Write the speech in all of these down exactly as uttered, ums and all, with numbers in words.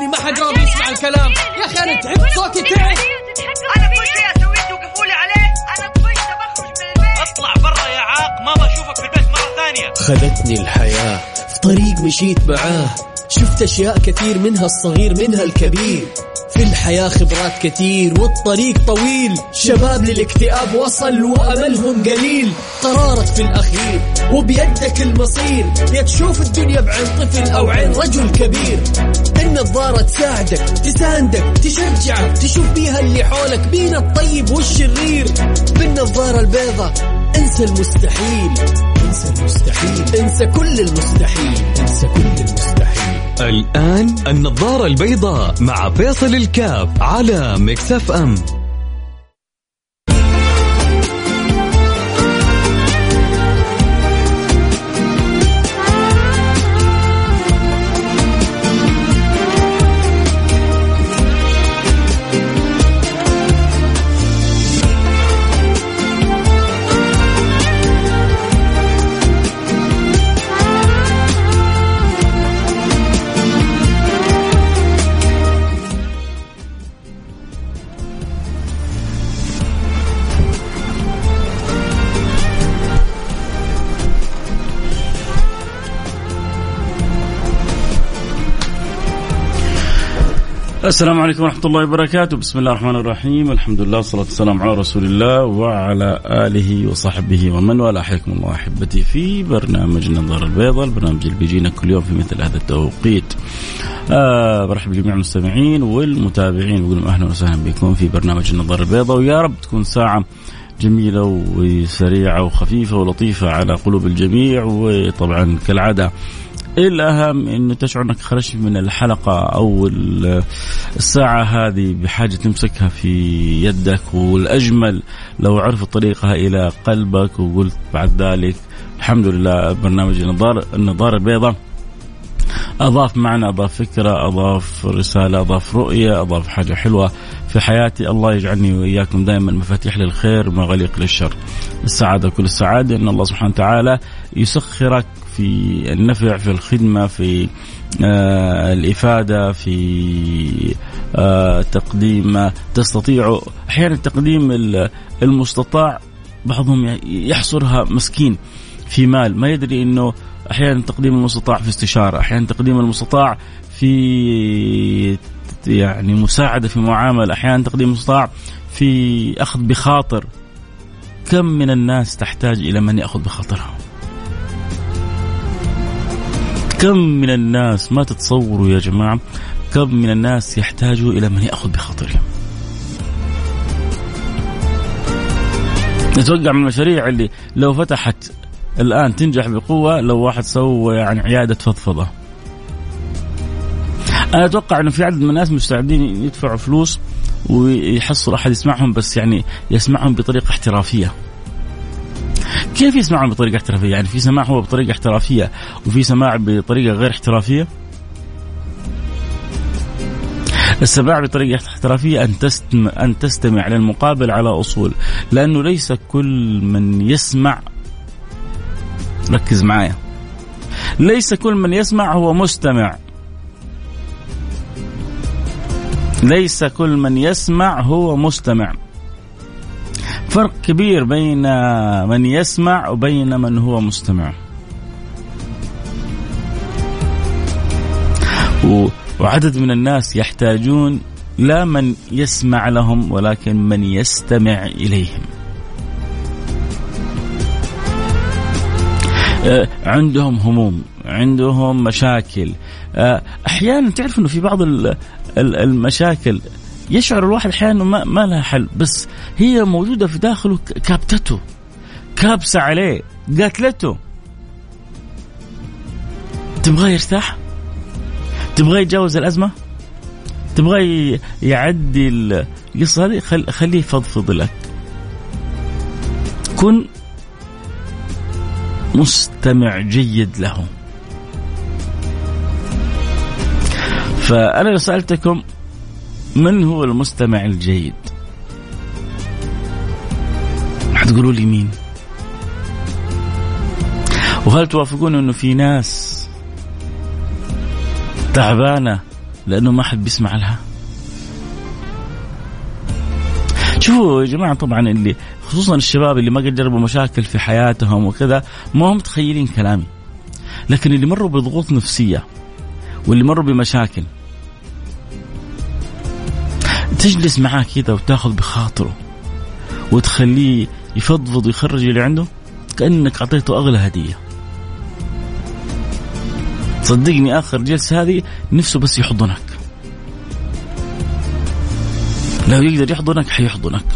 يسمعوني ما حد راضي يسمع الكلام. يا أخي أنا تعبت صوتي تعب. أنا كل شيء أسويه توقفوا لي عليه. أنا طفشت بخرج من البيت. أطلع برا يا عاق ما بشوفك في البيت مرة ثانية. خذتني الحياة في طريق مشيت معاه، شفت أشياء كثير منها الصغير منها الكبير. في الحياة خبرات كتير والطريق طويل، شباب للاكتئاب وصل وأملهم قليل. قرارك في الأخير وبيدك المصير، يا تشوف الدنيا بعين طفل أو عين رجل كبير. النظارة تساعدك تساندك تشجعك، تشوف بيها اللي حولك بين الطيب والشرير. بالنظارة البيضة انسى المستحيل، انسى المستحيل، انسى كل المستحيل، انسى كل المستحيل. الآن النظارة البيضاء مع فيصل الكاف على ميكس اف ام. السلام عليكم ورحمة الله وبركاته. بسم الله الرحمن الرحيم. الحمد لله والصلاة والسلام على رسول الله وعلى آله وصحبه ومن والاه. حياكم الله أحبتي في برنامج النظارة البيضاء، البرنامج اللي بيجينا كل يوم في مثل هذا التوقيت. آه برحب بجميع المستمعين والمتابعين وأقول أهلا وسهلا بكم في برنامج النظارة البيضاء، ويا رب تكون ساعة جميلة وسريعة وخفيفة ولطيفة على قلوب الجميع. وطبعا كالعادة الأهم إنه تشعر أنك خرجت من الحلقة أو الساعة هذه بحاجة تمسكها في يدك، والأجمل لو عرفت طريقها إلى قلبك وقلت بعد ذلك الحمد لله. برنامج النظارة النظارة البيضاء أضاف معنى، أضاف فكرة، أضاف رسالة، أضاف رؤية، أضاف حاجة حلوة في حياتي. الله يجعلني وإياكم دائما مفاتيح للخير مغاليق للشر. السعادة كل السعادة إن الله سبحانه وتعالى يسخرك في النفع، في الخدمة، في آه الإفادة، في آه تقديم تستطيع أحيانا تقديم المستطاع. بعضهم يحصرها مسكين في مال ما يدري إنه أحيانا تقديم المستطاع في استشارة، أحيانا تقديم المستطاع في يعني مساعدة في معاملة، أحيانا تقديم المستطاع في أخذ بخاطر. كم من الناس تحتاج إلى من يأخذ بخاطرها، كم من الناس ما تتصوروا يا جماعة، كم من الناس يحتاجوا إلى من يأخذ بخاطرهم. نتوقع من المشاريع اللي لو فتحت الآن تنجح بقوة لو واحد سوى يعني عيادة فضفضة. أنا أتوقع أنه في عدد من الناس مستعدين يدفعوا فلوس ويحصل أحد يسمعهم، بس يعني يسمعهم بطريقة احترافية. كيف يسمعهم بطريقة احترافية؟ يعني في سماع هو بطريقة احترافية وفي سماع بطريقة غير احترافية. السماع بطريقة احترافية أن تستمع, أن تستمع للمقابل على أصول، لأنه ليس كل من يسمع، ركز معايا، ليس كل من يسمع هو مستمع. ليس كل من يسمع هو مستمع. فرق كبير بين من يسمع وبين من هو مستمع. وعدد من الناس يحتاجون لا من يسمع لهم ولكن من يستمع إليهم. عندهم هموم، عندهم مشاكل. أحيانا تعرف أنه في بعض المشاكل يشعر الواحد أحيانا ما, ما لها حل، بس هي موجودة في داخله، كابتته، كابسة عليه، قاتلته. تبغى يرتاح؟ تبغى يتجاوز الأزمة؟ تبغى يعدي القصة هذه؟ خليه يفضفض لك. كن مستمع جيد له. فأنا لو سألتكم من هو المستمع الجيد حتقولوا لي مين؟ وهل توافقون أنه في ناس تعبانة لأنه ما حد بيسمع لها. شوفوا يا جماعة، طبعا اللي خصوصا الشباب اللي ما قد جربوا مشاكل في حياتهم وكذا ما هم متخيلين كلامي، لكن اللي مروا بضغوط نفسية واللي مروا بمشاكل تجلس معاه كذا وتاخذ بخاطره وتخليه يفضفض ويخرج اللي عنده كأنك أعطيته أغلى هدية. صدقني آخر جلسة هذه نفسه بس يحضنك، لو يقدر يحضنك حيحضنك،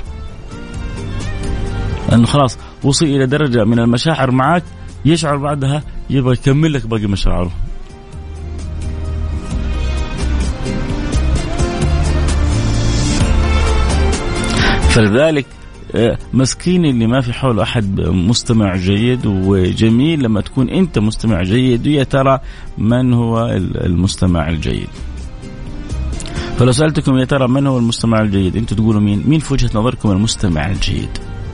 لأنه خلاص وصل إلى درجة من المشاعر معك يشعر بعدها يبغى يكمل لك باقي مشاعره. فلذلك مسكين اللي ما في حوله أحد مستمع جيد وجميل لما تكون أنت مستمع جيد، ويا ترى من هو المستمع الجيد؟ فلو سألتكم يا ترى من هو المستمع الجيد، أنتوا تقولوا مين؟ مين في وجهة نظركم المستمع الجيد؟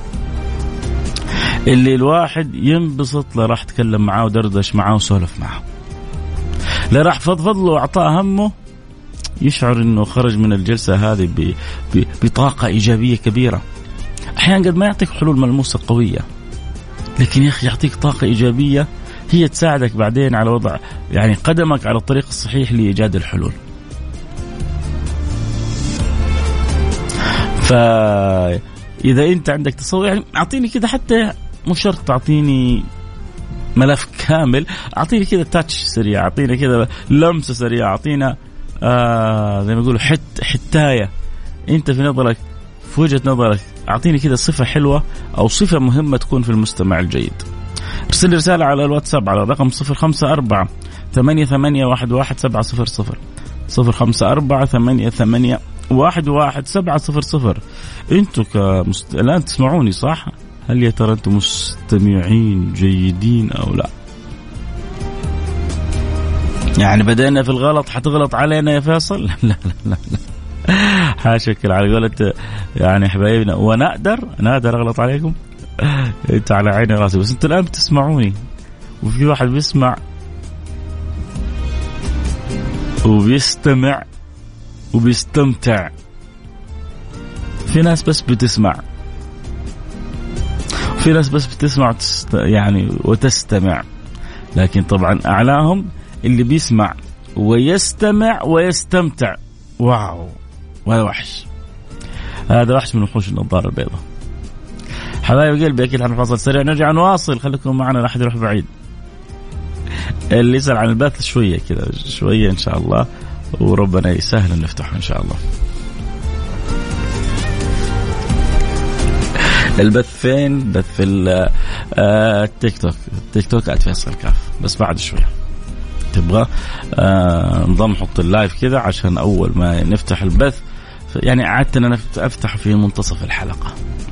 اللي الواحد ينبسط لا راح تكلم معاه ودردش معاه وسولف معاه، لا راح فضفض له وأعطاه همه، يشعر أنه خرج من الجلسة هذه بطاقة إيجابية كبيرة. أحيانا قد ما يعطيك حلول ملموسة قوية، لكن يا أخي يعطيك طاقة إيجابية هي تساعدك بعدين على وضع يعني قدمك على الطريق الصحيح لإيجاد الحلول. فإذا أنت عندك تصور يعني أعطيني كده، حتى مش شرط تعطيني ملف كامل، أعطيني كده تاتش سريع، أعطينا كده لمسة سريعة، أعطينا آه زي ما يقولوا حت حتاية أنت في نظرك في وجهة نظرك، أعطيني كده صفة حلوة أو صفة مهمة تكون في المستمع الجيد. ارسل رسالة على الواتساب على الرقم صفر خمسة أربعة ثمانية ثمانية واحد واحد سبعة صفر صفر صفر خمسة أربعة ثمانية ثمانية واحد واحد سبعة صفر صفر. أنتوا كمست... الآن تسمعوني صح؟ هل يا ترى أنتم مستمعين جيدين أو لا؟ يعني بدأنا في الغلط، حتغلط علينا يا فيصل؟ لا لا لا لا حاشكل على قولة يعني حبايبنا، ونقدر نقدر أغلط عليكم أنت على عيني راسي، بس أنتوا الآن بتسمعوني وفي واحد بيسمع وبيستمع وبيستمتع، في ناس بس بتسمع، في ناس بس بتسمع وتست... يعني وتستمع، لكن طبعا أعلاهم اللي بيسمع ويستمع ويستمتع. واو، وهذا وحش، هذا وحش من وحوش النظارة البيضاء. حبايب قلبي أكيد حنفصل سريع، نرجع نواصل، خليكم معنا لا أحد يروح بعيد. اللي يسأل عن البث شوية كذا شوية إن شاء الله، وربنا يسهل نفتحه إن شاء الله. البث فين؟ بث في التيك توك، التيك توك @فيصل كاف، بس بعد شوية تبغى آه نظام حط اللايف كذا عشان أول ما نفتح البث يعني عادة أنا أفتح في منتصف الحلقة،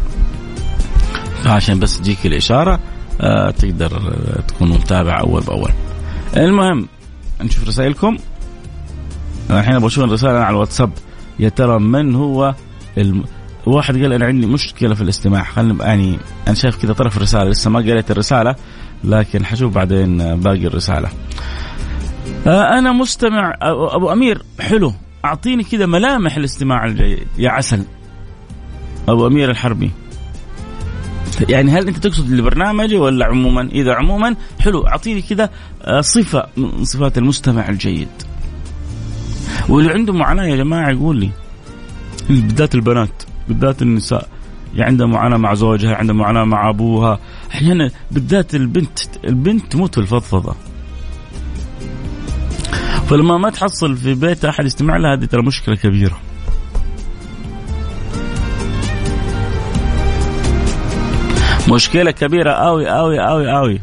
عشان بس تجيك الإشارة آه تقدر تكون متابع أول بأول. المهم نشوف رسائلكم الحين. بشوف رسالة على الواتساب، يا ترى من هو الم... واحد قال أنا عندي مشكلة في الاستماع، خلنا يعني أنا شايف كذا طرف الرسالة، لسه ما قريت الرسالة لكن حشوف بعدين باقي الرسالة. آه أنا مستمع أبو أمير، حلو، أعطيني كذا ملامح الاستماع الجيد يا عسل. أبو أمير الحربي، يعني هل أنت تقصد البرنامج ولا عموما؟ إذا عموما حلو، أعطيني كذا صفة من صفات المستمع الجيد. واللي عنده معاناة يا جماعة يقول لي، بالذات البنات بالذات النساء يعني عندها معاناة مع زوجها، عندها معاناة مع أبوها، أحيانا بالذات البنت البنت تموت في الفضفضة، فلما ما تحصل في بيت أحد يستمع لها هذه ترى مشكلة كبيرة. مشكلة كبيرة أوي أوي أوي أوي.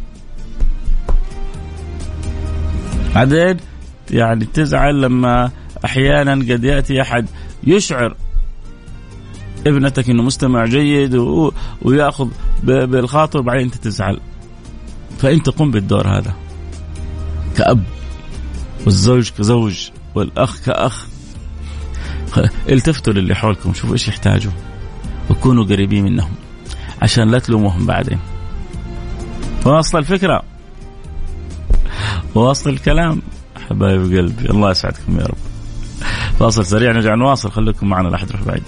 بعدين يعني تزعل لما أحيانا قد يأتي أحد يشعر ابنتك إنه مستمع جيد و... ويأخذ ب... بالخاطر، وبعدين أنت تزعل. فأنت قم بالدور هذا كأب، والزوج كزوج، والأخ كأخ. التفتوا للي حولكم، شوفوا إيش يحتاجوا وكونوا قريبين منهم عشان لا تلوموهم بعدين. واصل الفكرة، واصل الكلام حبايب قلبي، الله يسعدكم يا رب. فاصل سريع نرجع نواصل، خليكم معنا لا أحد يروح بعيد.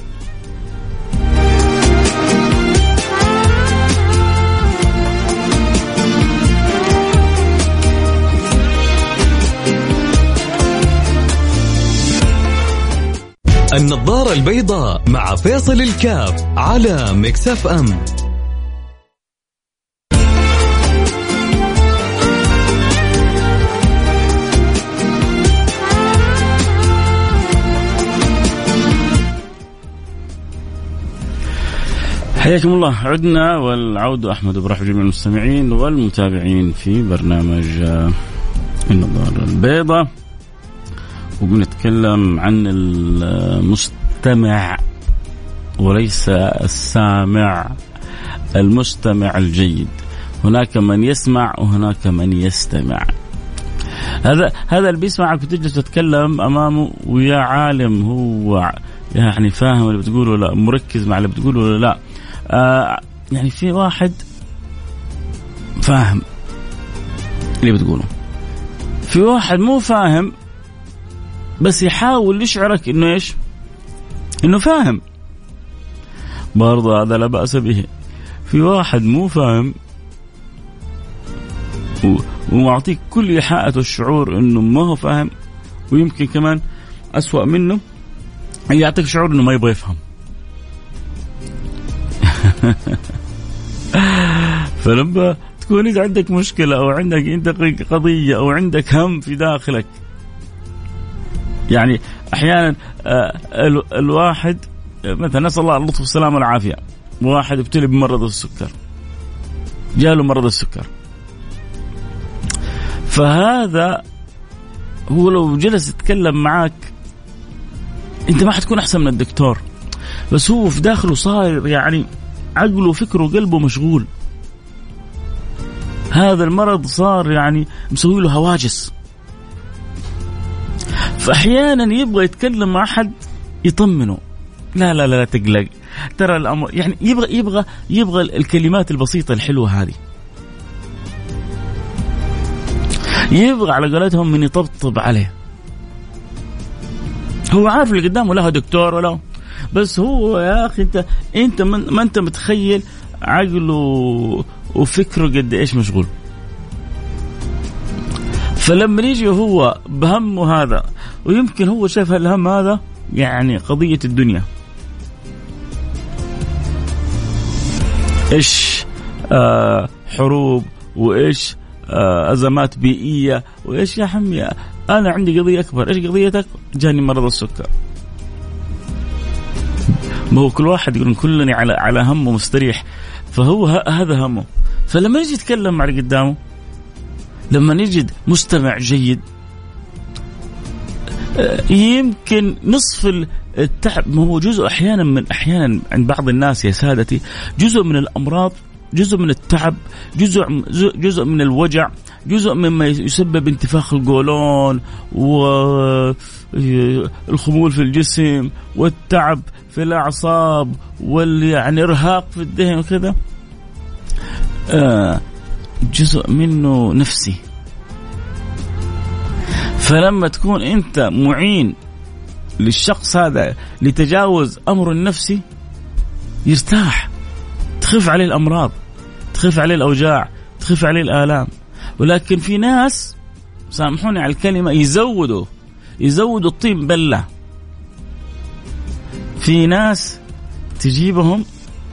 النظارة البيضاء مع فيصل الكاف على ميكس اف ام. حياكم الله، عدنا والعود أحمد برحب جميع المستمعين والمتابعين في برنامج النظارة البيضاء، وبنتكلم عن المستمع وليس السامع. المستمع الجيد، هناك من يسمع وهناك من يستمع. هذا هذا اللي بيسمعك وتجلس تتكلم أمامه ويا عالم هو يعني فاهم اللي بتقوله ولا لا، مركز مع اللي بتقوله ولا لا. آه يعني في واحد فاهم اللي بتقوله، في واحد مو فاهم بس يحاول يشعرك انه ايش، انه فاهم. برضه هذا لا بأس به. في واحد مو فاهم ومعطيك كل إيحاءات والشعور انه ما هو فاهم، ويمكن كمان أسوأ منه يعطيك شعور انه ما يبغى يفهم. فلما تكون إذا عندك مشكلة أو عندك أنت قضية أو عندك هم في داخلك، يعني أحيانا الواحد مثلا نسأل الله اللطف والسلامة والعافية، واحد ابتلي بمرض السكر، جاله مرض السكر، فهذا هو لو جلس يتكلم معك أنت ما حتكون أحسن من الدكتور، بس هو في داخله صاير يعني عقله وفكره وقلبه مشغول. هذا المرض صار يعني مسوي له هواجس، فأحيانا يبغى يتكلم مع أحد يطمنه، لا لا لا تقلق ترى الأمر، يعني يبغى يبغى يبغى الكلمات البسيطة الحلوة هذه، يبغى على قولتهم من يطبطب عليه. هو عارف اللي قدامه لا دكتور ولا، بس هو يا أخي أنت أنت من ما أنت متخيل عقله وفكره قد إيش مشغول. فلما يجي هو بهمه هذا، ويمكن هو شايف الهم هذا يعني قضية الدنيا، إيش آه حروب وإيش آه أزمات بيئية وإيش يا حمي، أنا عندي قضية أكبر. إيش قضيتك؟ جاني مرض السكر. ما هو كل واحد يقولون كلني على على همه مستريح، فهو هذا همه. فلما يجي يتكلم مع اللي قدامه، لما نجد مستمع جيد، يمكن نصف التعب. ما هو جزء أحيانا من أحيانا عند بعض الناس يا سادتي، جزء من الأمراض، جزء من التعب، جزء جزء من الوجع، جزء مما يسبب انتفاخ القولون والخمول في الجسم والتعب في الأعصاب واليعني إرهاق في الذهن وكذا، آه جزء منه نفسي. فلما تكون أنت معين للشخص هذا لتجاوز أمر النفسي، يرتاح، تخف عليه الأمراض، تخف عليه الأوجاع، تخف عليه الآلام. ولكن في ناس سامحوني على الكلمة يزودوا يزودوا الطين بلة. في ناس تجيبهم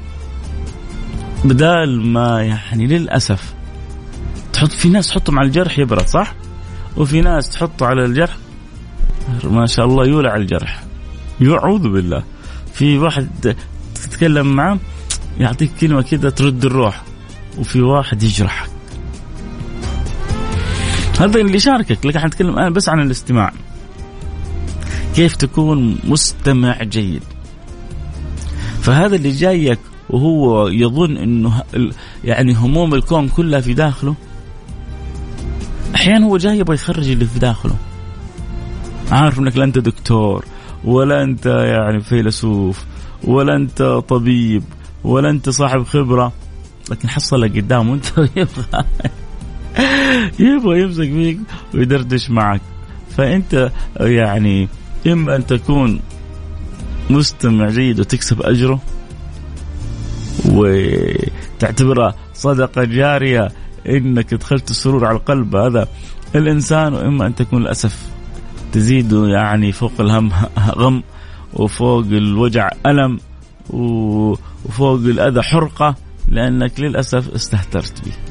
بدال ما يعني للأسف تحط، في ناس تحطهم على الجرح يبرد صح، وفي ناس تحطه على الجرح ما شاء الله يولع الجرح، يعوذ بالله. في واحد تتكلم معه يعطيك كلمة كده ترد الروح، وفي واحد يجرحك. هذا اللي شاركك، لكن حنتكلم أنا بس عن الاستماع. كيف تكون مستمع جيد؟ فهذا اللي جايك وهو يظن إنه يعني هموم الكون كلها في داخله، أحيانا هو جاي يبغى يخرج اللي في داخله. عارف إنك لا أنت دكتور ولا أنت يعني فيلسوف ولا أنت طبيب ولا أنت صاحب خبرة، لكن حصلك قدامه أنت يبغى يبغى يمسك فيك ويدردش معك. فأنت يعني إما أن تكون مستمع جيد وتكسب أجره وتعتبرها صدقة جارية إنك دخلت السرور على القلب هذا الإنسان، وإما أن تكون للأسف تزيد يعني فوق الهم غم، وفوق الوجع ألم، وفوق الأذى حرقة، لأنك للأسف استهترت به.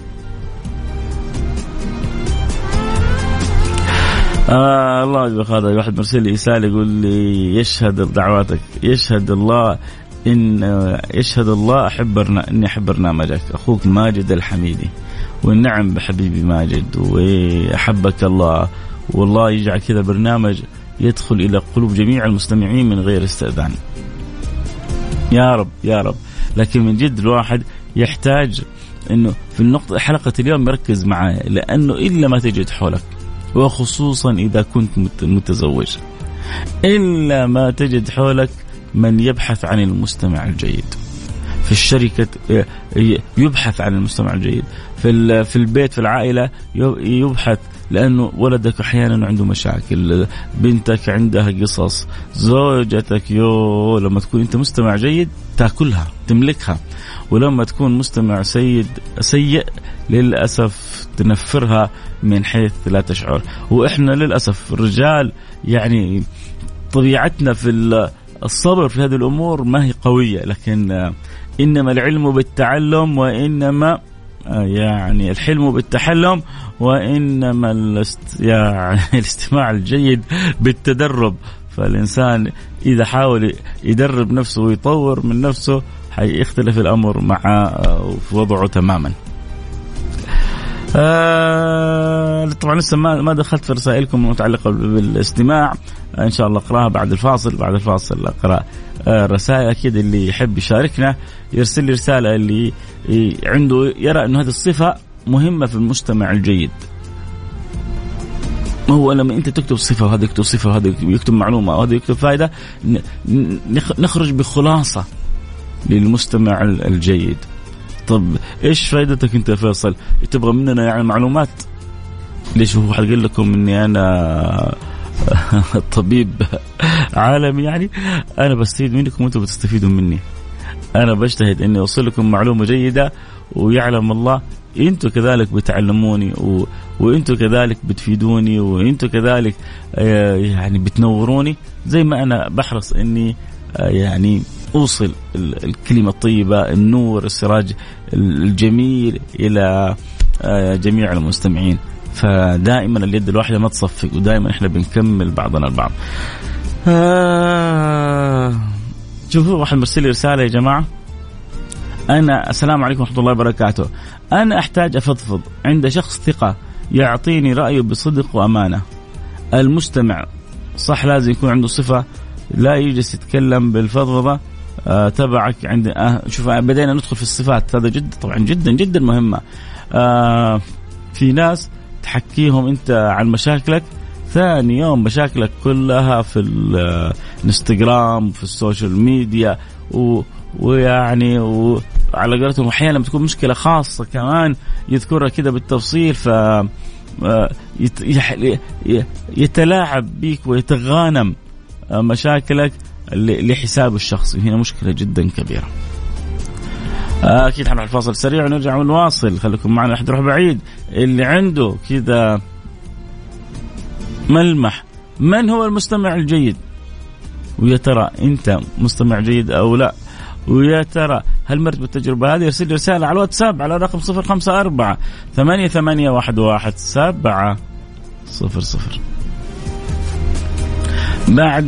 آه الله يجزاك. هذا واحد مرسل لي رسالة يقول لي يشهد دعواتك، يشهد الله إن يشهد الله أحب إني أحب برنامجك، أخوك ماجد الحميدي. والنعم بحبيبي ماجد، وأحبك الله، والله يجعل كذا برنامج يدخل إلى قلوب جميع المستمعين من غير استئذان يا رب يا رب. لكن من جد الواحد يحتاج إنه في النقطة حلقة اليوم يركز معايا، لأنه إلا ما تجد حولك، وخصوصا إذا كنت متزوج، إلا ما تجد حولك من يبحث عن المستمع الجيد. في الشركة يبحث عن المستمع الجيد، في في البيت في العائلة يبحث، لأنه ولدك أحيانا عنده مشاكل، بنتك عندها قصص، زوجتك يو لما تكون أنت مستمع جيد تأكلها تملكها، ولما تكون مستمع سيد سيء للأسف تنفرها من حيث لا تشعر. وإحنا للأسف الرجال يعني طبيعتنا في الصبر في هذه الأمور ما هي قوية، لكن إنما العلم بالتعلم، وإنما يعني الحلم بالتحلم، وإنما الاست... يعني الاستماع الجيد بالتدرب. فالإنسان إذا حاول يدرب نفسه ويطور من نفسه حيختلف الأمر مع في وضعه تماما. آه طبعا لسه ما ما دخلت في رسائلكم المتعلقة بالاستماع، إن شاء الله أقرأها بعد الفاصل. بعد الفاصل أقرأ آه رسائل. أكيد اللي يحب يشاركنا يرسل لي رسالة، اللي عنده يرى أن هذه الصفة مهمة في المجتمع الجيد. هو لما أنت تكتب صفة وهذا يكتب صفة وهذا يكتب معلومة وهذا يكتب فائدة، نخرج بخلاصة للمستمع الجيد. طب إيش فائدتك أنت يا فيصل؟ تبغى مننا يعني معلومات؟ ليش هو حقول لكم إني أنا طبيب عالمي؟ يعني أنا بستفيد منكم وأنتم بتستفيدوا مني. أنا بجتهد إني أوصل لكم معلومة جيدة، ويعلم الله أنتم كذلك بتعلموني، و... وأنتم كذلك بتفيدوني، وأنتم كذلك يعني بتنوروني، زي ما أنا بحرص إني يعني أوصل الكلمة الطيبة، النور، السراج الجميل إلى جميع المستمعين. فدائما اليد الواحدة ما تصفق، ودائما إحنا بنكمل بعضنا البعض. آه شوفوا واحد مرسل لي رسالة يا جماعة، أنا السلام عليكم ورحمة الله وبركاته، أنا أحتاج أفضفض عند شخص ثقة يعطيني رأيه بصدق وأمانة. المستمع صح لازم يكون عنده صفة، لا يجلس يتكلم بالفضفضة آه تبعك. عند آه شوف بدينا ندخل في الصفات، هذا جد طبعا جدا جدا مهمة. آه في ناس تحكيهم أنت عن مشاكلك، ثاني يوم مشاكلك كلها في الانستغرام في السوشيال ميديا، و ويعني وعلى قولتهم أحيانا لما تكون مشكلة خاصة كمان يذكرها كده بالتفصيل، ف يتلاعب بيك ويتغانم مشاكلك لحساب الشخصي. هنا مشكلة جدا كبيرة. أكيد حنروح الفاصل سريع ونرجع ونواصل، خليكم معنا، أحد يروح بعيد. اللي عنده كده ملمح من هو المستمع الجيد، ويا ترى أنت مستمع جيد أو لا، ويا ترى هل مرت بالتجربة هذه، يرسل رسالة على الواتساب على رقم صفر خمسة أربعة ثمانية ثمانية واحد واحد سبعة صفر صفر. بعد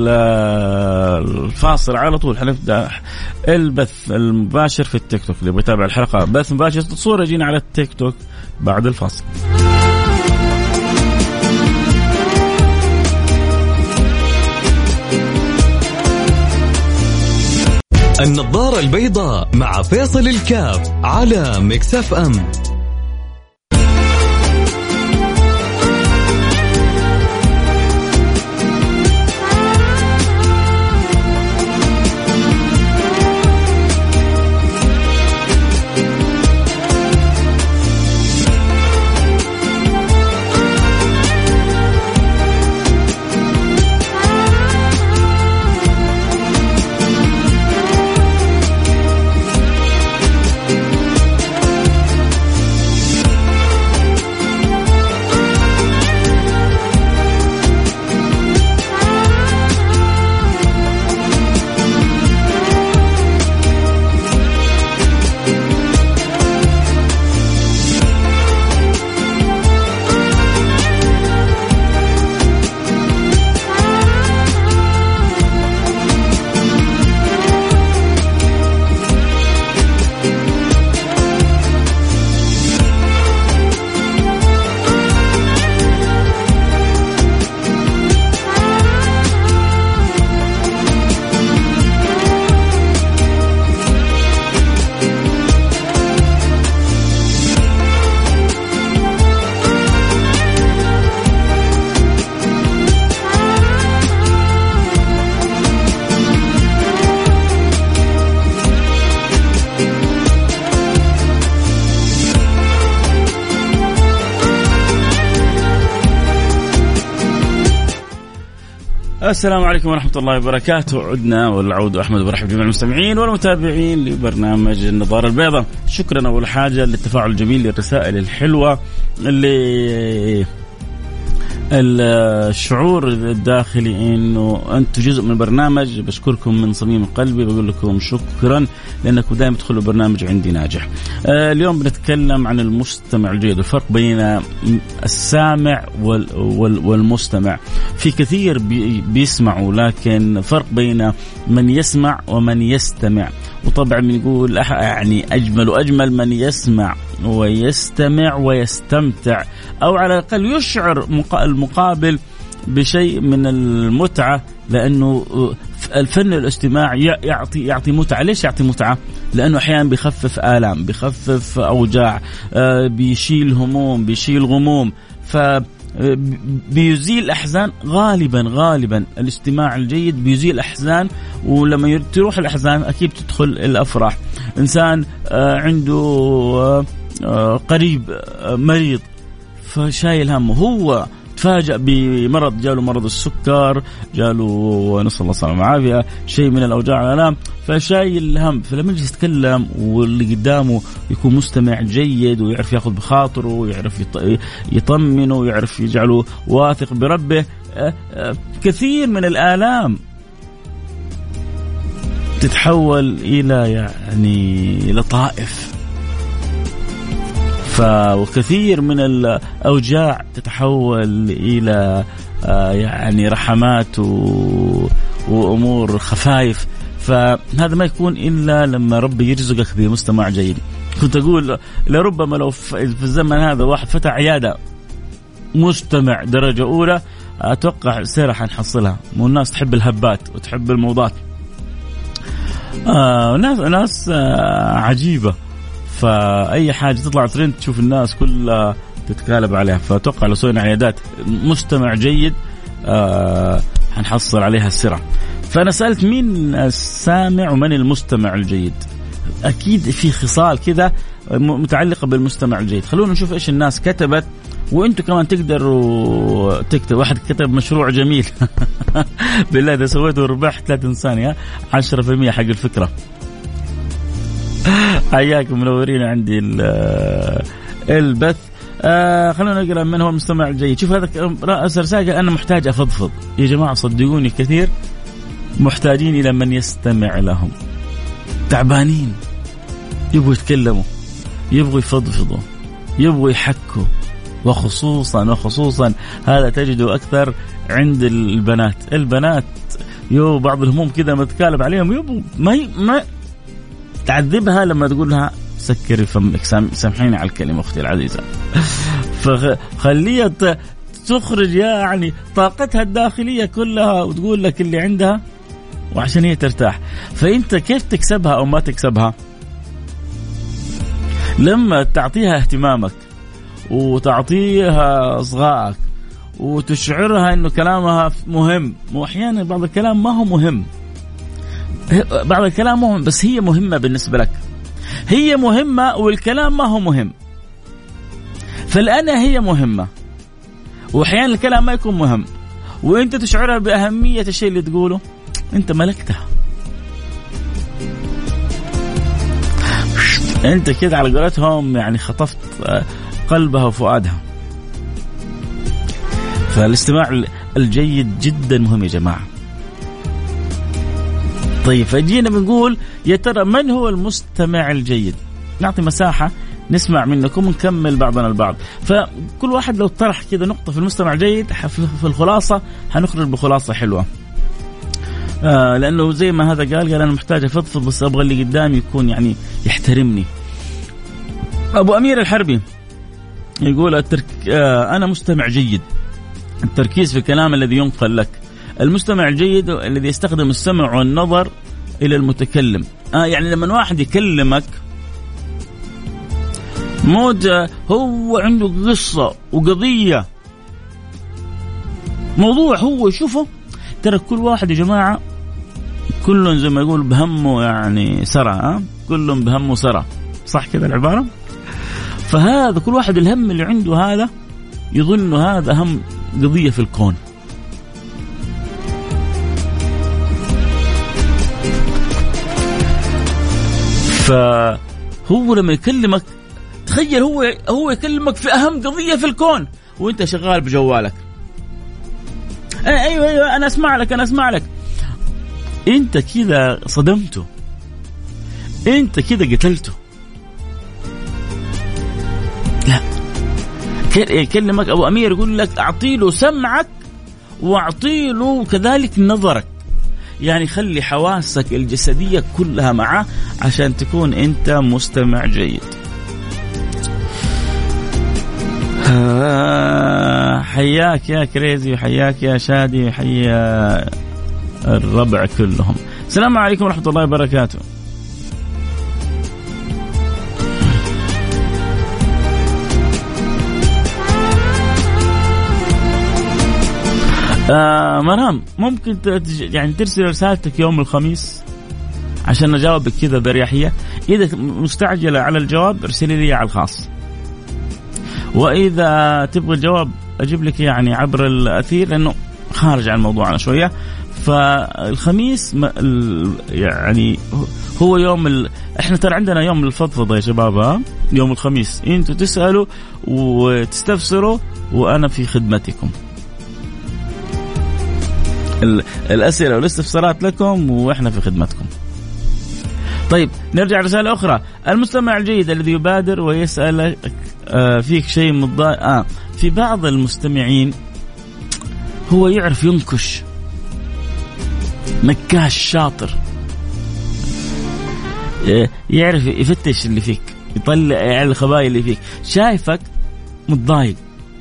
الفاصل على طول حنبدأ البث المباشر في التيك توك. اللي بيتابع الحلقة بث مباشر صورة جينا على التيك توك بعد الفاصل. النظارة البيضاء مع فيصل الكاف على ميكس اف ام. السلام عليكم ورحمة الله وبركاته. عدنا والعود أحمد وبرحب جميع المستمعين والمتابعين لبرنامج النظارة البيضاء. شكرا أول حاجة للتفاعل الجميل، للرسائل الحلوة، اللي الشعور الداخلي إنه أنتم جزء من البرنامج. بشكركم من صميم قلبي، بقول لكم شكرا لأنكم دائما تدخلوا برنامج عندي ناجح. آه اليوم بنتكلم عن المستمع الجيد، الفرق بين السامع وال وال والمستمع. في كثير بي بيسمعوا، لكن فرق بين من يسمع ومن يستمع. وطبعا بنقول يعني أجمل وأجمل من يسمع ويستمع ويستمتع، أو على الأقل يشعر المقابل بشيء من المتعة، لأنه الفن الاستماع يعطي يعطي متعة. ليش يعطي متعة؟ لأنه أحيانا بيخفف آلام، بيخفف أوجاع، بيشيل هموم، بيشيل غموم، ف بيزيل أحزان. غالبا غالبا الاستماع الجيد بيزيل أحزان، ولما تروح الأحزان أكيد تدخل الأفراح. إنسان عنده قريب مريض فشايل همه، هو تفاجأ بمرض، جاله مرض السكر، جاله نسأل الله السلامة والعافية، شيء من الأوجاع والآلام، فشايل الهم. فلما يجي يتكلم واللي قدامه يكون مستمع جيد ويعرف ياخذ بخاطره ويعرف يطمنه ويعرف يجعله واثق بربه، كثير من الآلام تتحول إلى يعني لطائف، وكثير من الأوجاع تتحول إلى يعني رحمات وأمور خفايف. فهذا ما يكون إلا لما ربي يرزقك بمستمع جيد. كنت أقول لربما لو في الزمن هذا واحد فتح عيادة مستمع درجة أولى، أتوقع سيرة حنحصلها. مو الناس تحب الهبات وتحب الموضات، آه ناس ناس آه عجيبة، فأي حاجة تطلع ترند تشوف الناس كلها تتقالب عليها. فأتوقع لو سوينا عيادات مستمع جيد آه حنحصل عليها السرعة. فأنا سألت مين السامع ومن المستمع الجيد. أكيد في خصال كذا متعلقة بالمستمع الجيد. خلونا نشوف إيش الناس كتبت، وإنتوا كمان تقدروا تكتب. واحد كتب مشروع جميل بالله إذا سويته ربحت لا تنساني عشرة في المية حق الفكرة. حياكم منورين عندي البث. آه خلونا نقرأ من هو المستمع الجيد. شوف هذا رأس رسالة، أنا محتاج أفضفض يا جماعة، صدقوني كثير محتاجين إلى من يستمع لهم. تعبانين، يبغوا يتكلموا، يبغوا يفضفضوا، يبغوا يحكوا، وخصوصا وخصوصا هذا تجده أكثر عند البنات. البنات يو بعض الهموم كذا متكالب عليهم، يبغوا ما ما تعذبها لما تقول لها سكري فمك، سامحيني على الكلمة أختي العزيزة، فخليها تخرج يعني طاقتها الداخلية كلها وتقول لك اللي عندها، وعشان هي ترتاح. فأنت كيف تكسبها أو ما تكسبها؟ لما تعطيها اهتمامك وتعطيها إصغائك وتشعرها إنه كلامها مهم. وأحيانا بعض الكلام ما هو مهم، بعض الكلام مهم بس هي مهمة بالنسبة لك، هي مهمة والكلام ما هو مهم. فالأنا هي مهمة، وأحيانا الكلام ما يكون مهم، وأنت تشعرها بأهمية الشيء اللي تقوله، أنت ملكتها. أنت كده على قولتهم يعني خطفت قلبها وفؤادها. فالاستماع الجيد جدا مهم يا جماعة. طيب فجينا بنقول يا ترى من هو المستمع الجيد؟ نعطي مساحة نسمع منكم ونكمل بعضنا البعض. فكل واحد لو طرح كذا نقطة في المستمع الجيد في الخلاصة هنخرج بخلاصة حلوة. آه لأنه زي ما هذا قال قال أنا محتاج أفضفض بس أبغى اللي قدامي يكون يعني يحترمني. أبو أمير الحربي يقول الترك آه أنا مستمع جيد، التركيز في الكلام الذي ينقل لك. المستمع الجيد الذي يستخدم السمع والنظر إلى المتكلم. آه يعني لما واحد يكلمك مود هو عنده قصة وقضية موضوع هو يشوفه. ترى كل واحد يا جماعة كلهم زي ما يقول بهمه يعني سرى، آه؟ كلهم بهمه سرى، صح كذا العبارة؟ فهذا كل واحد الهم اللي عنده هذا يظن هذا أهم قضية في الكون. فهو لما يكلمك تخيل هو هو يكلمك في أهم قضية في الكون وأنت شغال بجوالك. أيوة أيوة أنا أسمع لك أنا أسمع لك. أنت كذا صدمته، أنت كذا قتلته. لا، يكلمك أبو أمير يقول لك أعطيله سمعك وأعطيله كذلك نظرك، يعني خلي حواسك الجسدية كلها معه عشان تكون أنت مستمع جيد. حياك يا كريزي وحياك يا شادي وحيا الربع كلهم. السلام عليكم ورحمة الله وبركاته. آه مرام ممكن يعني ترسل رسالتك يوم الخميس عشان نجاوبك كذا بريحية. إذا مستعجلة على الجواب ارسلي لي على الخاص، وإذا تبغى الجواب أجيب لك يعني عبر الأثير لأنه خارج عن موضوعنا شوية. فالخميس يعني هو يوم ال... احنا ترى عندنا يوم الفضفضة يا شباب. يوم الخميس انتوا تسألوا وتستفسروا وأنا في خدمتكم. الأسئلة والاستفسارات لكم وإحنا في خدمتكم. طيب نرجع رسالة أخرى. المستمع الجيد الذي يبادر ويسأل آه فيك شيء مضايق. آه في بعض المستمعين هو يعرف ينكش، نكاش شاطر، يعرف يفتش اللي فيك، يطلع الخبايا اللي فيك. شايفك متضايق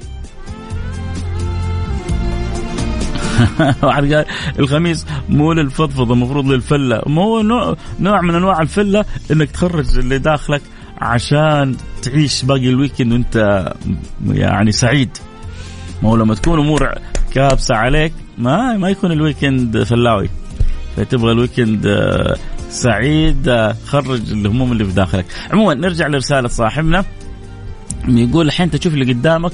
واحد قال الخميس مو للفضفضة، المفروض للفلة. مو نوع, نوع من أنواع الفلة إنك تخرج اللي داخلك عشان تعيش باقي الويكند وانت يعني سعيد. ما هو لما تكون أمور كابسة عليك ما ما يكون الويكند فلاوي، فتبغى الويكند سعيد، خرج الهموم اللي في داخلك. عموما نرجع لرسالة صاحبنا يقول الحين تشوف اللي قدامك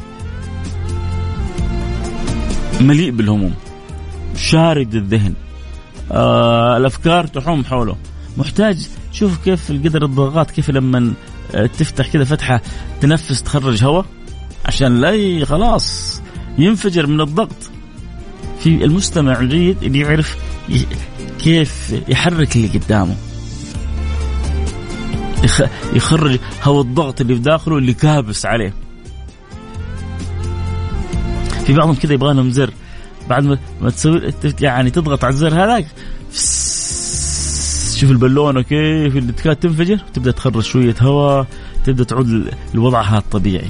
مليء بالهموم، شارد الذهن، آه الأفكار تحوم حوله، محتاج شوف كيف القدر الضغط، كيف لما تفتح كده فتحة تنفس تخرج هواء عشان لا خلاص ينفجر من الضغط. في المستمع الجيد اللي يعرف كيف يحرك اللي قدامه، يخرج هواء الضغط اللي في داخله اللي كابس عليه. في بعضهم كذا يبغى لهم زر بعد ما تسوي يعني تضغط على الزر هذاك شوف البالونة كيف اللي تكاد تنفجر، تبدأ تخرج شوية هواء، تبدأ تعود لوضعها الطبيعي.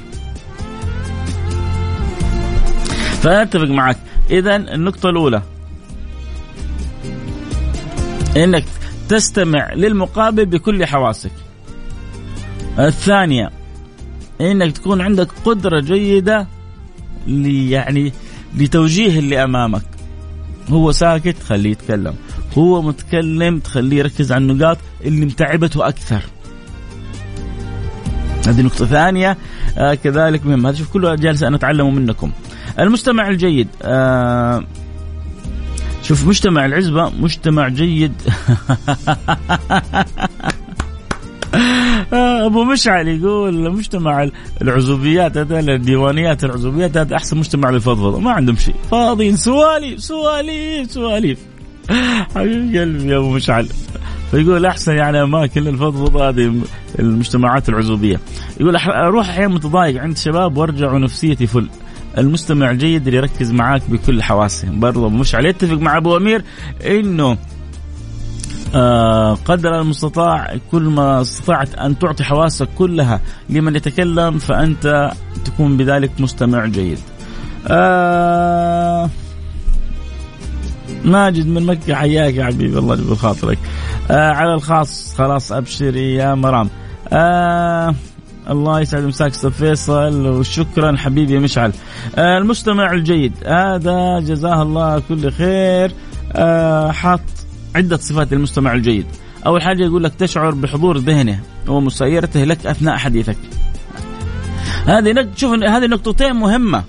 فأتفق معك. إذن النقطة الأولى إنك تستمع للمقابل بكل حواسك. الثانية إنك تكون عندك قدرة جيدة لي يعني لتوجيه اللي أمامك. هو ساكت خليه يتكلم، هو متكلم تخليه يركز على النقاط اللي متعبته أكثر. هذه نقطة ثانية آه كذلك مهم. هذا شوف كله جالس أنا أتعلمه منكم. المجتمع الجيد آه شوف مجتمع العزبة مجتمع جيد. أبو مشعل يقول مجتمع العزوبيات هذا، الديوانيات العزوبيات هذا أحسن مجتمع للفضفضة، ما عندهم شيء، فاضيين سواليف سواليف سواليف. حبيب قلبي يا أبو مشعل. فيقول أحسن يعني أماكن الفضفضة هذه المجتمعات العزوبية. يقول أروح أحيانا متضايق عند شباب وارجع ونفسيتي فل. المستمع الجيد اللي يركز معاك بكل حواسه. برضه مش عليه يتفق مع أبو أمير إنه آه قدر المستطاع كل ما استطعت أن تعطي حواسك كلها لمن يتكلم فأنت تكون بذلك مستمع جيد. آه ماجد من مكة حياك يا حبيبي، الله يجبر خاطرك. آه على الخاص خلاص أبشري يا مرام. آه الله يسعد مساك أستاذ فيصل وشكرا حبيبي مشعل. آه المستمع الجيد هذا جزاه الله كل خير. آه حاط عدة صفات المستمع الجيد. أول حاجة يقول لك تشعر بحضور ذهنه ومسايرته لك أثناء حديثك. هذه شوف هذه نقطتين مهمة،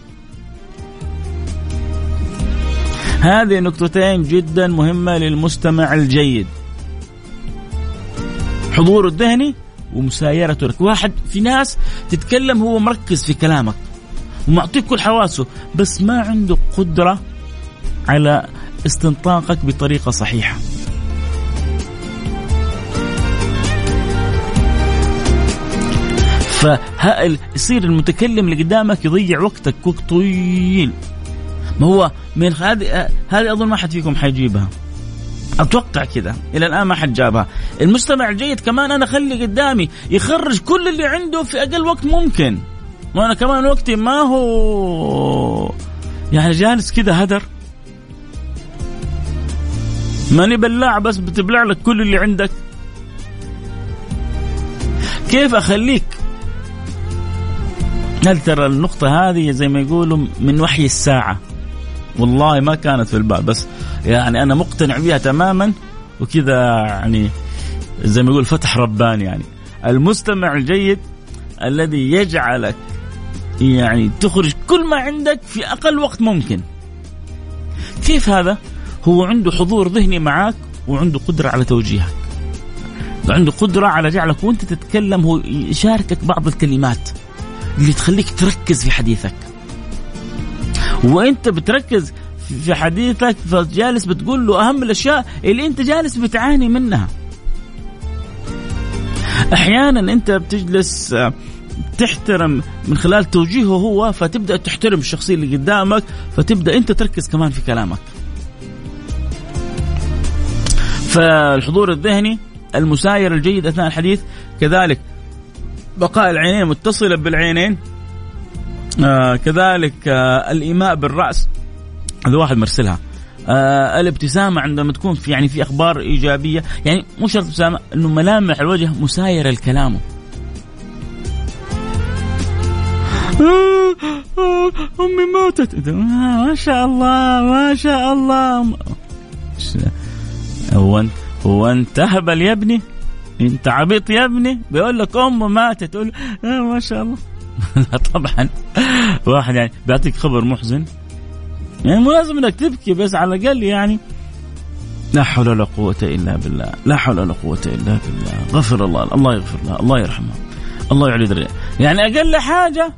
هذه نقطتين جدا مهمة للمستمع الجيد. حضور الذهني ومسايرته لك. واحد في ناس تتكلم هو مركز في كلامك ومعطيك كل حواسه بس ما عنده قدرة على استنطاقك بطريقة صحيحة. فيصير المتكلم اللي قدامك يضيع وقتك وقت طويل. ما هو من هذه هذه أظن ما حد فيكم حيجيبها، أتوقع كده إلى الآن ما حد جابها. المستمع الجيد كمان أنا خلي قدامي يخرج كل اللي عنده في أقل وقت ممكن، وأنا كمان وقتي ما هو يعني جالس كده هدر، ماني بلاع بس بتبلع لك كل اللي عندك. كيف أخليك؟ هل ترى النقطة هذه زي ما يقولوا من وحي الساعة، والله ما كانت في البال بس يعني أنا مقتنع بها تماما وكذا، يعني زي ما يقول فتح رباني. يعني المستمع الجيد الذي يجعلك يعني تخرج كل ما عندك في أقل وقت ممكن. كيف هذا؟ هو عنده حضور ذهني معك وعنده قدرة على توجيهك، عنده قدرة على جعلك وانت تتكلم هو يشاركك بعض الكلمات اللي تخليك تركز في حديثك، وانت بتركز في حديثك فجالس بتقول له أهم الأشياء اللي انت جالس بتعاني منها. أحيانا انت بتجلس تحترم من خلال توجيهه هو، فتبدأ تحترم الشخصية اللي قدامك، فتبدأ انت تركز كمان في كلامك. فالحضور الذهني، المسايرة الجيد أثناء الحديث، كذلك بقاء العينين متصلة بالعينين، آه كذلك آه الإيماء بالرأس، هذا واحد مرسلها. آه الابتسامة عندما تكون في يعني في أخبار إيجابية، يعني مو شرط ابتسامة، إنه ملامح الوجه مسايرة الكلام. أمي ماتت، ما شاء الله ما شاء الله. هو انت هو انت هبل يا ابني، انت عبيط يا ابني، بيقول لك امه ماتت تقول آه ما شاء الله. لا طبعا واحد يعني بيعطيك خبر محزن يعني مو لازم انك تبكي، بس على الاقل يعني لا حول ولا قوة الا بالله، لا حول ولا قوة الا بالله، غفر الله، الله يغفر له، الله يرحمه، الله يعلي درجته، يعني اقل حاجة.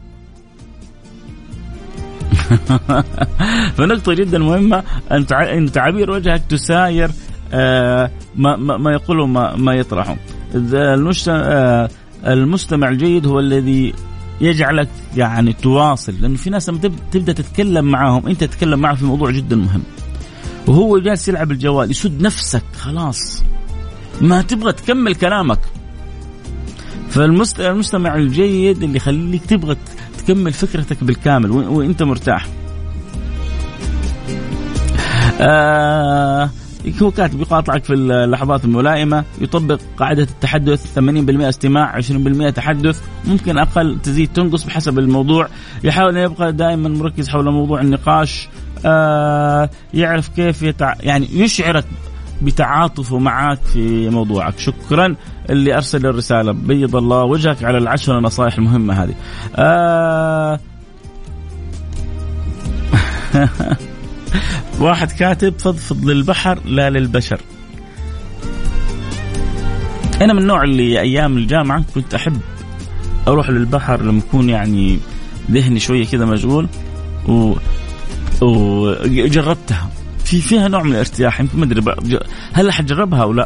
فنقطة جدا مهمة أن تعابير وجهك تساير آه ما, ما, ما يقوله ما, ما يطرحه. آه المستمع الجيد هو الذي يجعلك يعني تواصل، لأنه في ناس لما تبدأ تتكلم معهم أنت تتكلم معه في موضوع جدا مهم وهو جالس يلعب الجوال، يسد نفسك خلاص ما تبغى تكمل كلامك. فالمستمع الجيد اللي يخليك تبغى تكمل فكرتك بالكامل وانت مرتاح. آه هو كاتب يقاطعك في اللحظات الملائمة، يطبق قاعدة التحدث ثمانين بالمئة استماع عشرين بالمئة تحدث، ممكن أقل تزيد تنقص بحسب الموضوع. يحاول أن يبقى دائما مركز حول موضوع النقاش. آه يعرف كيف يتع... يعني يشعرك بتعاطفه معك في موضوعك. شكرا اللي أرسل الرسالة، بيض الله وجهك على العشر نصائح المهمة هذه. آه واحد كاتب فضفض للبحر لا للبشر. أنا من النوع اللي أيام الجامعة كنت أحب أروح للبحر لما أكون يعني ذهني شوية كذا مشغول، و... وجربتها في فيها نوع من الارتياح. يمكن ما أدري هل حجربها أو لا.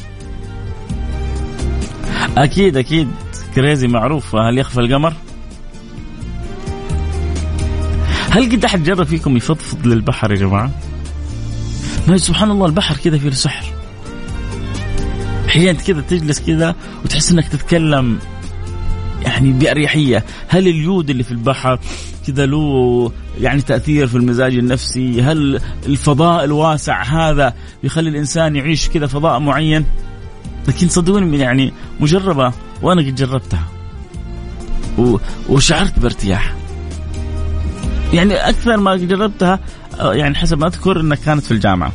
أكيد أكيد كريزي معروف، هل يخفى القمر؟ هل قد أحد جرب فيكم يفضفض للبحر يا جماعة؟ ما سبحان الله البحر كذا فيه سحر. أحيانا كذا تجلس كذا وتحس إنك تتكلم يعني بأريحية. هل اليود اللي في البحر كذا له يعني تأثير في المزاج النفسي؟ هل الفضاء الواسع هذا يخلي الإنسان يعيش كذا فضاء معين؟ لكن صدقوني يعني مجربة، وأنا قد جربتها وشعرت بارتياح. يعني أكثر ما جربتها يعني حسب ما أذكر أنها كانت في الجامعة.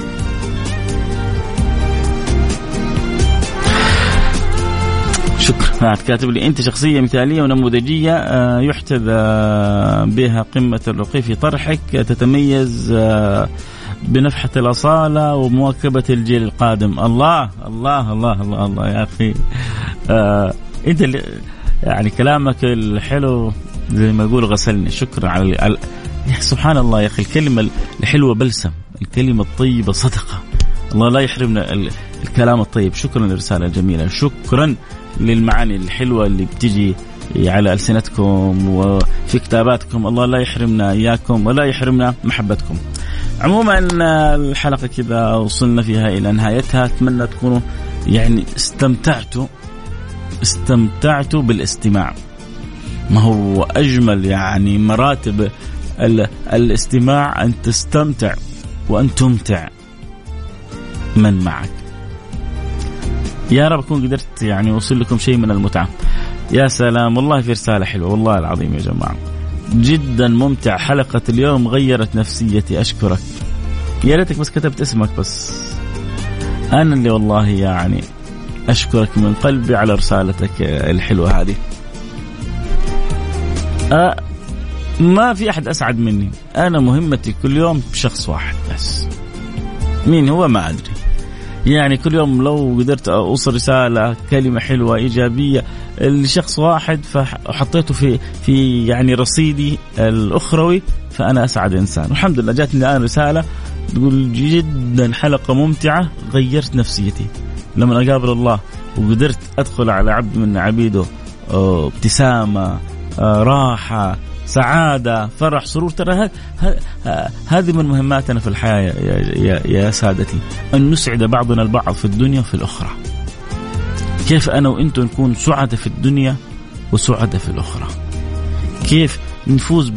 شكرا. كاتب لي أنت شخصية مثالية ونموذجية يحتذى بها قمة الرقي في طرحك، تتميز بنفحة الأصالة ومواكبة الجيل القادم. الله الله الله الله الله يا أخي، أنت اللي يعني كلامك الحلو زي ما يقول غسلني. شكرا على, على... سبحان الله يا أخي، الكلمة الحلوة بلسم، الكلمة الطيبة صدقة. الله لا يحرمنا الكلام الطيب. شكرا للرسالة الجميلة، شكرا للمعاني الحلوة اللي بتجي على ألسنتكم وفي كتاباتكم. الله لا يحرمنا إياكم ولا يحرمنا محبتكم. عموما الحلقة كذا وصلنا فيها إلى نهايتها. أتمنى تكونوا يعني استمتعتوا استمتعتوا بالاستماع. ما هو أجمل يعني مراتب الاستماع أن تستمتع وأن تمتع من معك. يا رب أكون قدرت يعني أوصل لكم شيء من المتعة. يا سلام والله في رسالة حلوة والله العظيم يا جماعة، جدا ممتع. حلقة اليوم غيرت نفسيتي، أشكرك. يا ريتك بس كتبت اسمك بس، أنا اللي والله يعني أشكرك من قلبي على رسالتك الحلوة هذه. أه ما في أحد أسعد مني. أنا مهمتي كل يوم بشخص واحد بس، مين هو ما أدري. يعني كل يوم لو قدرت أوصل رسالة كلمة حلوة إيجابية لشخص واحد فحطيته في في يعني رصيدي الأخروي، فأنا أسعد إنسان. والحمد لله جاتني الآن رسالة تقول جدا حلقة ممتعة، غيرت نفسيتي. لما أقابل الله وقدرت أدخل على عبد من عبيده ابتسامة، راحة، سعادة، فرح، سرور. ترى هذه من مهماتنا في الحياة يا, يا, يا سادتي، أن نسعد بعضنا البعض في الدنيا وفي الأخرى. كيف أنا وإنتو نكون سعداء في الدنيا وسعداء في الأخرى، كيف نفوز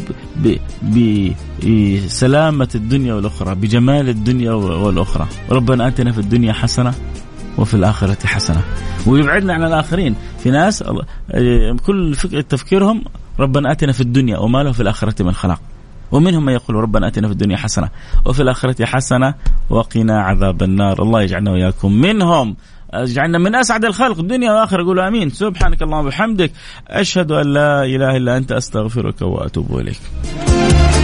بسلامة الدنيا والأخرى، بجمال الدنيا والأخرى. ربنا آتنا في الدنيا حسنة وفي الآخرة حسنة، ويبعدنا عن الآخرين. في ناس كل فكرة تفكيرهم ربنا آتنا في الدنيا وما له في الآخرة من خلاق، ومنهم من يقول ربنا آتنا في الدنيا حسنة وفي الآخرة حسنة وقنا عذاب النار. الله يجعلنا وياكم منهم، يجعلنا من أسعد الخلق الدنيا والآخرة. قولوا آمين. سبحانك اللهم وبحمدك، أشهد أن لا إله إلا أنت، أستغفرك وأتوب إليك.